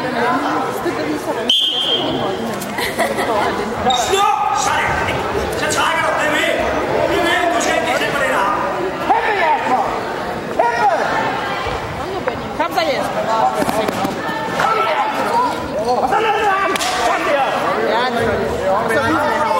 Slå! Sådan! Så trækker du. Bliv ved! Bliv ved! Du skal ikke sætte på den arm. Kæmpe, Jasper! Kæmpe! Kom så, Jesper. Og så ned med ham! Sådan der! Ja, det er det. Så viser jeg ham.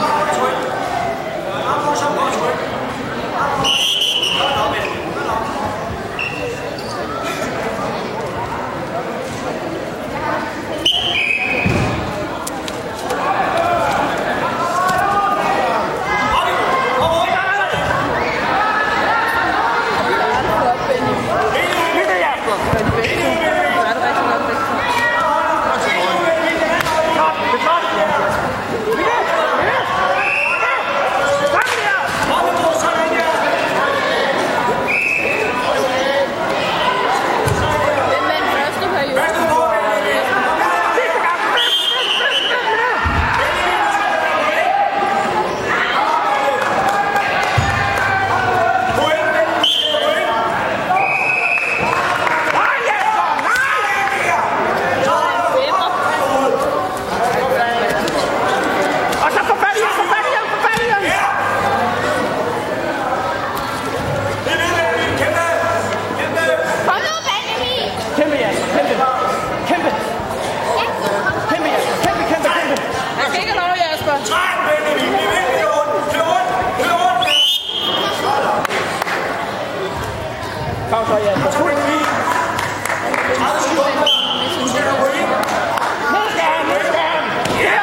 Kom så, Jasper. Skud! 30 sekunder. Nu skal du gå ind. Nu skal han! Nu skal han! Ja!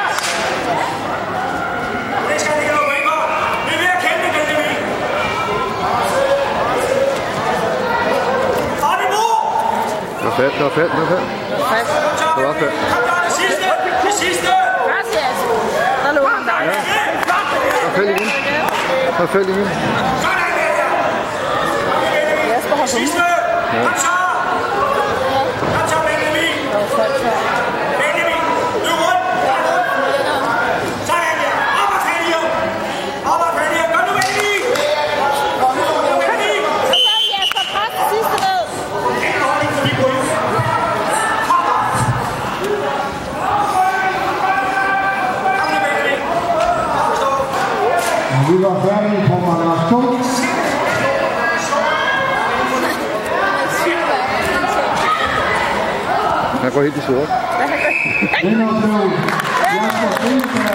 Det skal han ikke have point for. Vi er ved at kæmpe den, Emil. Op i brug! Det var fedt, det var fedt, det var fedt. Det var fedt. Kom der, det sidste! Det sidste! Gracias. Der lå han der. Perfekt igen. Perfekt igen. Sådan der! Jesper har Sidste! Kom så! Kom så, Benjamin! Benjamin, løb rundt! Sådan der! Op og fat i ham! Op og fat i ham! Kom nu, Benjamin! Kom nu, Benjamin! Så Jesper, pres det sidste ned. Vi var færdige på paragraf 2. Han går helt i sort. Indholdsøv. Jasper Stenberg.